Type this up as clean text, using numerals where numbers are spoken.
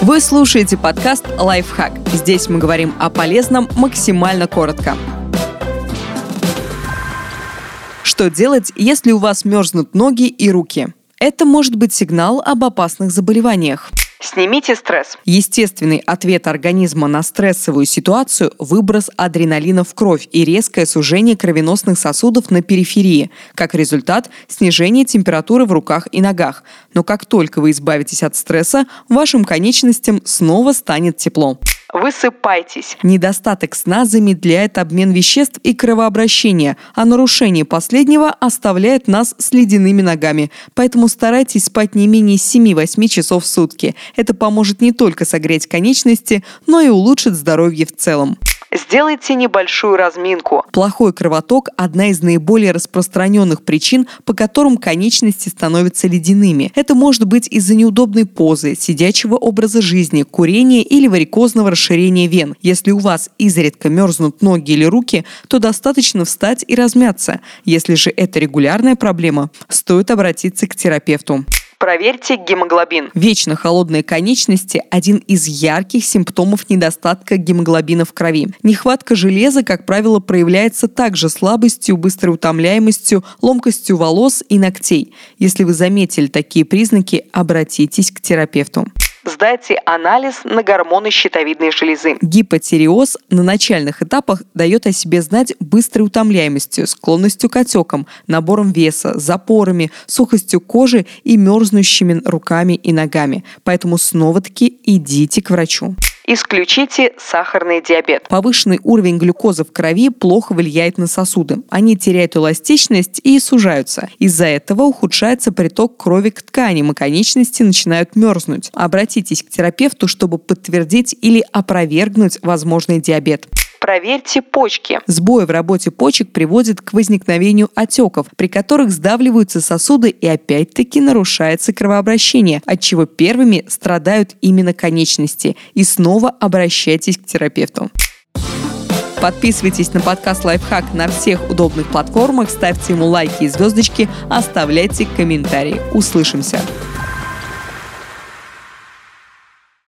Вы слушаете подкаст «Лайфхак». Здесь мы говорим о полезном максимально коротко. Что делать, если у вас мерзнут ноги и руки? Это может быть сигнал об опасных заболеваниях. Снимите стресс. Естественный ответ организма на стрессовую ситуацию – выброс адреналина в кровь и резкое сужение кровеносных сосудов на периферии. Как результат – снижение температуры в руках и ногах. Но как только вы избавитесь от стресса, вашим конечностям снова станет тепло. Высыпайтесь. Недостаток сна замедляет обмен веществ и кровообращение, а нарушение последнего оставляет нас с ледяными ногами. Поэтому старайтесь спать не менее 7-8 часов в сутки. Это поможет не только согреть конечности, но и улучшит здоровье в целом. Сделайте небольшую разминку. Плохой кровоток – одна из наиболее распространенных причин, по которым конечности становятся ледяными. Это может быть из-за неудобной позы, сидячего образа жизни, курения или варикозного расширения вен. Если у вас изредка мерзнут ноги или руки, то достаточно встать и размяться. Если же это регулярная проблема, стоит обратиться к терапевту. Проверьте гемоглобин. Вечно холодные конечности – один из ярких симптомов недостатка гемоглобина в крови. Нехватка железа, как правило, проявляется также слабостью, быстрой утомляемостью, ломкостью волос и ногтей. Если вы заметили такие признаки, обратитесь к терапевту. Сдайте анализ на гормоны щитовидной железы. Гипотиреоз на начальных этапах дает о себе знать быстрой утомляемостью, склонностью к отекам, набором веса, запорами, сухостью кожи и мерзнущими руками и ногами. Поэтому снова-таки идите к врачу. Исключите сахарный диабет. Повышенный уровень глюкозы в крови плохо влияет на сосуды. Они теряют эластичность и сужаются. Из-за этого ухудшается приток крови к тканям, и конечности начинают мерзнуть. Обратитесь к терапевту, чтобы подтвердить или опровергнуть возможный диабет. Проверьте почки. Сбои в работе почек приводят к возникновению отеков, при которых сдавливаются сосуды и опять-таки нарушается кровообращение, отчего первыми страдают именно конечности. И снова обращайтесь к терапевту. Подписывайтесь на подкаст «Лайфхак» на всех удобных платформах, ставьте ему лайки и звездочки, оставляйте комментарии. Услышимся!